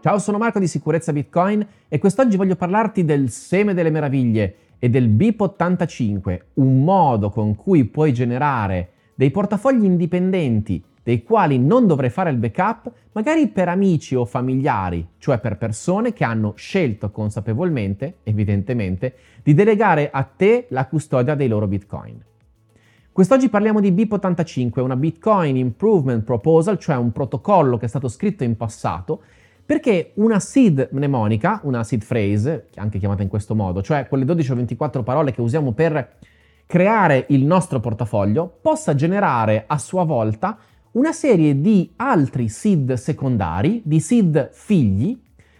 Ciao, sono Marco di Sicurezza Bitcoin e quest'oggi voglio parlarti del seme delle meraviglie e del BIP85, un modo con cui puoi generare dei portafogli indipendenti dei quali non dovrai fare il backup, magari per amici o familiari, cioè per persone che hanno scelto consapevolmente, evidentemente, di delegare a te la custodia dei loro Bitcoin. Quest'oggi parliamo di BIP85, una Bitcoin Improvement Proposal, cioè un protocollo che è stato scritto in passato perché una seed mnemonica, una seed phrase, anche chiamata in questo modo, cioè quelle 12 o 24 parole che usiamo per creare il nostro portafoglio, possa generare a sua volta una serie di altri seed secondari, di seed figli,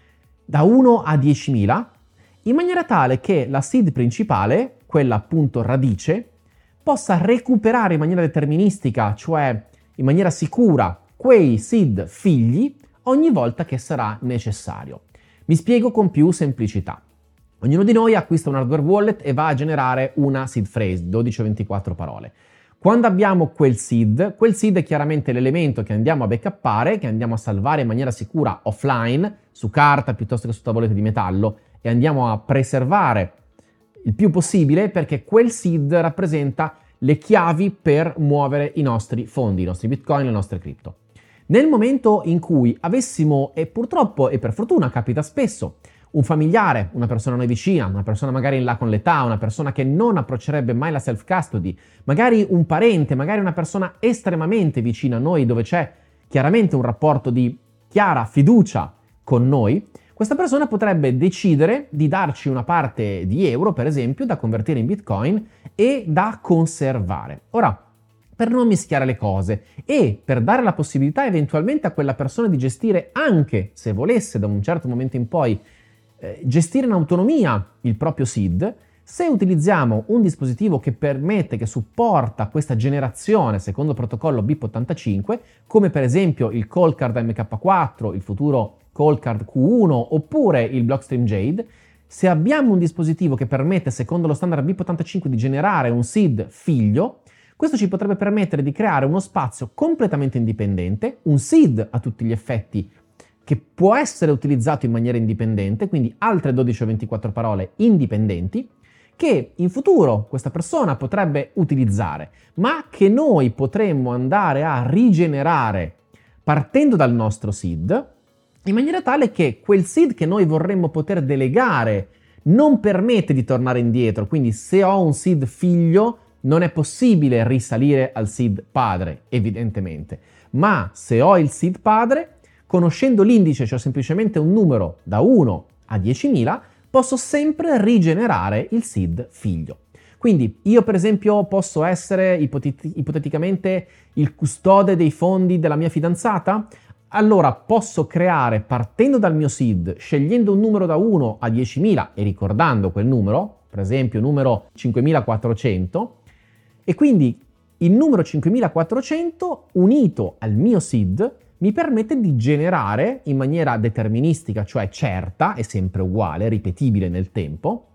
da 1 a 10.000, in maniera tale che la seed principale, quella appunto radice, possa recuperare in maniera deterministica, cioè in maniera sicura, quei seed figli ogni volta che sarà necessario. Mi spiego con più semplicità. Ognuno di noi acquista un hardware wallet e va a generare una seed phrase, 12 o 24 parole. Quando abbiamo quel seed è chiaramente l'elemento che andiamo a backuppare, che andiamo a salvare in maniera sicura offline, su carta piuttosto che su tavolette di metallo, e andiamo a preservare il più possibile perché quel seed rappresenta le chiavi per muovere i nostri fondi, i nostri bitcoin, le nostre cripto. Nel momento in cui avessimo, e purtroppo e per fortuna capita spesso, un familiare, una persona a noi vicina, una persona magari in là con l'età, una persona che non approccerebbe mai la self-custody, magari un parente, magari una persona estremamente vicina a noi dove c'è chiaramente un rapporto di chiara fiducia con noi, questa persona potrebbe decidere di darci una parte di euro, per esempio, da convertire in bitcoin e da conservare. Ora, per non mischiare le cose e per dare la possibilità eventualmente a quella persona di gestire, anche se volesse da un certo momento in poi, gestire in autonomia il proprio seed, se utilizziamo un dispositivo che permette, che supporta questa generazione secondo il protocollo BIP85, come per esempio il Coldcard MK4, il futuro Coldcard Q1 oppure il Blockstream Jade, se abbiamo un dispositivo che permette secondo lo standard BIP85 di generare un seed figlio, questo ci potrebbe permettere di creare uno spazio completamente indipendente, un seed a tutti gli effetti che può essere utilizzato in maniera indipendente, quindi altre 12 o 24 parole indipendenti, che in futuro questa persona potrebbe utilizzare, ma che noi potremmo andare a rigenerare partendo dal nostro seed, in maniera tale che quel seed che noi vorremmo poter delegare non permette di tornare indietro, quindi se ho un seed figlio non è possibile risalire al seed padre, evidentemente, ma se ho il seed padre, conoscendo l'indice, cioè semplicemente un numero da 1 a 10.000, posso sempre rigenerare il seed figlio. Quindi io per esempio posso essere ipoteticamente il custode dei fondi della mia fidanzata? Allora posso creare, partendo dal mio seed, scegliendo un numero da 1 a 10.000 e ricordando quel numero, per esempio numero 5.400, e quindi il numero 5.400 unito al mio seed mi permette di generare in maniera deterministica, cioè certa e sempre uguale, ripetibile nel tempo,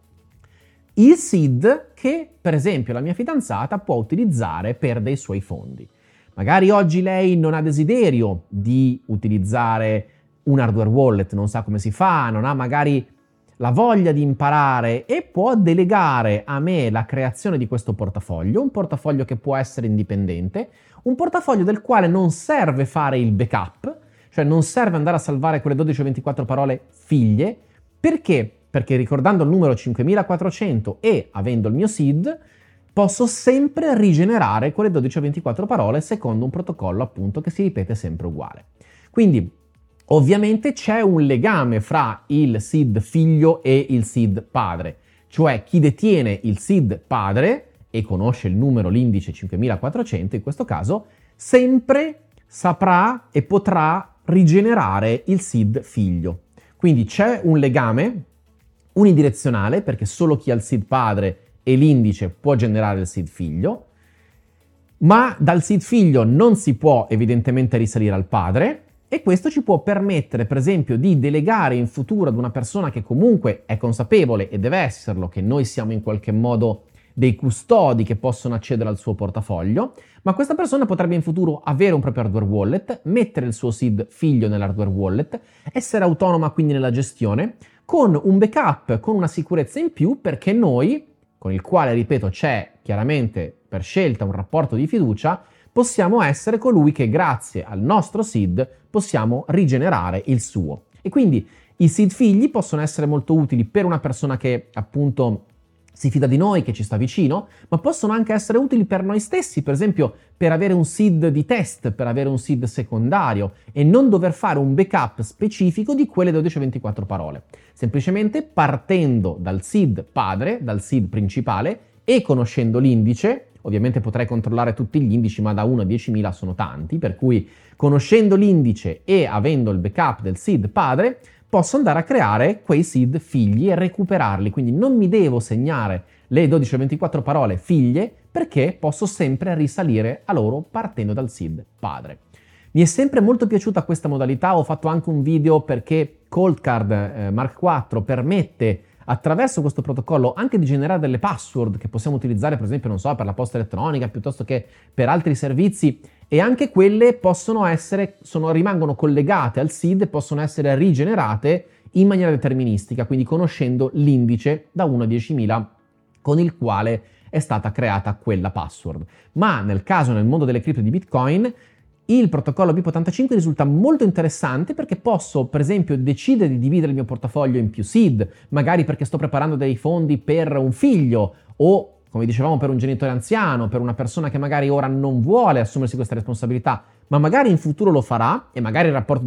il seed che per esempio la mia fidanzata può utilizzare per dei suoi fondi. Magari oggi lei non ha desiderio di utilizzare un hardware wallet, non sa come si fa, non ha magari la voglia di imparare e può delegare a me la creazione di questo portafoglio, un portafoglio che può essere indipendente, un portafoglio del quale non serve fare il backup, cioè non serve andare a salvare quelle 12 o 24 parole figlie. Perché? Perché ricordando il numero 5400 e avendo il mio seed, posso sempre rigenerare quelle 12 o 24 parole secondo un protocollo appunto che si ripete sempre uguale. Quindi ovviamente c'è un legame fra il seed figlio e il seed padre, cioè chi detiene il seed padre e conosce il numero, l'indice 5400 in questo caso, sempre saprà e potrà rigenerare il seed figlio. Quindi c'è un legame unidirezionale perché solo chi ha il seed padre e l'indice può generare il seed figlio, ma dal seed figlio non si può evidentemente risalire al padre. E questo ci può permettere, per esempio, di delegare in futuro ad una persona che comunque è consapevole e deve esserlo, che noi siamo in qualche modo dei custodi che possono accedere al suo portafoglio, ma questa persona potrebbe in futuro avere un proprio hardware wallet, mettere il suo seed figlio nell'hardware wallet, essere autonoma quindi nella gestione, con un backup, con una sicurezza in più, perché noi, con il quale, ripeto, c'è chiaramente per scelta un rapporto di fiducia, possiamo essere colui che grazie al nostro seed possiamo rigenerare il suo. E quindi i seed figli possono essere molto utili per una persona che appunto si fida di noi, che ci sta vicino, ma possono anche essere utili per noi stessi, per esempio per avere un seed di test, per avere un seed secondario e non dover fare un backup specifico di quelle 12-24 parole. Semplicemente partendo dal seed padre, dal seed principale e conoscendo l'indice, ovviamente potrei controllare tutti gli indici, ma da 1 a 10.000 sono tanti, per cui conoscendo l'indice e avendo il backup del seed padre, posso andare a creare quei seed figli e recuperarli, quindi non mi devo segnare le 12-24 parole figlie perché posso sempre risalire a loro partendo dal seed padre. Mi è sempre molto piaciuta questa modalità, ho fatto anche un video perché Coldcard Mark IV permette attraverso questo protocollo anche di generare delle password che possiamo utilizzare per esempio, non so, per la posta elettronica piuttosto che per altri servizi, e anche quelle rimangono collegate al seed e possono essere rigenerate in maniera deterministica, quindi conoscendo l'indice da 1 a 10.000 con il quale è stata creata quella password. Ma nel mondo delle cripto di Bitcoin, il protocollo BIP85 risulta molto interessante perché posso, per esempio, decidere di dividere il mio portafoglio in più seed, magari perché sto preparando dei fondi per un figlio o, come dicevamo, per un genitore anziano, per una persona che magari ora non vuole assumersi questa responsabilità, ma magari in futuro lo farà e magari il rapporto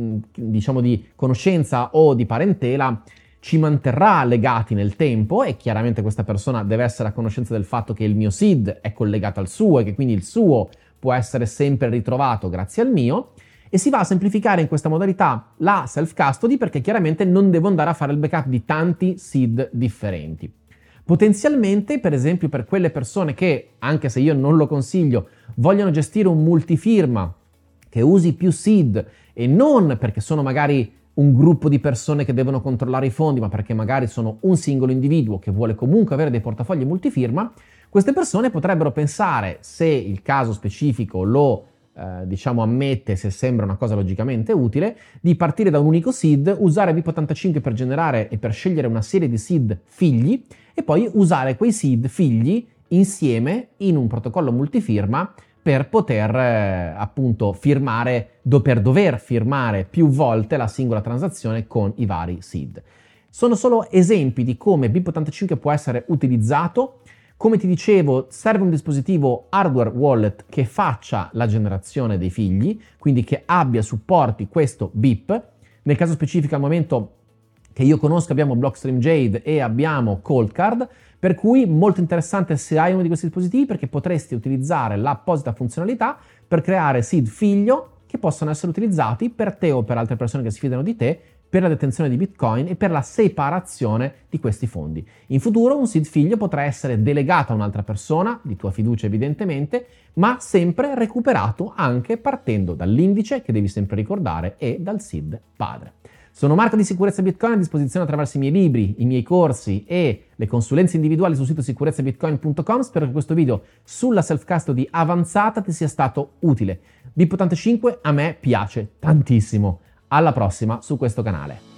di conoscenza o di parentela ci manterrà legati nel tempo e chiaramente questa persona deve essere a conoscenza del fatto che il mio seed è collegato al suo e che quindi il suo può essere sempre ritrovato grazie al mio, e si va a semplificare in questa modalità la self-custody perché chiaramente non devo andare a fare il backup di tanti seed differenti. Potenzialmente, per esempio, per quelle persone che, anche se io non lo consiglio, vogliono gestire un multifirma che usi più seed e non perché sono magari un gruppo di persone che devono controllare i fondi, ma perché magari sono un singolo individuo che vuole comunque avere dei portafogli multifirma, queste persone potrebbero pensare, se il caso specifico lo ammette, se sembra una cosa logicamente utile, di partire da un unico seed, usare BIP85 per generare e per scegliere una serie di seed figli e poi usare quei seed figli insieme in un protocollo multifirma per poter appunto per dover firmare più volte la singola transazione con i vari seed. Sono solo esempi di come BIP85 può essere utilizzato. Come ti dicevo, serve un dispositivo hardware wallet che faccia la generazione dei figli, quindi che supporti questo BIP. Nel caso specifico, al momento che io conosco, abbiamo Blockstream Jade e abbiamo Coldcard, per cui molto interessante se hai uno di questi dispositivi perché potresti utilizzare l'apposita funzionalità per creare seed figlio che possono essere utilizzati per te o per altre persone che si fidano di te per la detenzione di Bitcoin e per la separazione di questi fondi. In futuro un seed figlio potrà essere delegato a un'altra persona, di tua fiducia evidentemente, ma sempre recuperato anche partendo dall'indice che devi sempre ricordare e dal seed padre. Sono Marco di Sicurezza Bitcoin, a disposizione attraverso i miei libri, i miei corsi e le consulenze individuali sul sito sicurezzabitcoin.com. Spero che questo video sulla self-custody avanzata ti sia stato utile. BIP85 a me piace tantissimo. Alla prossima su questo canale.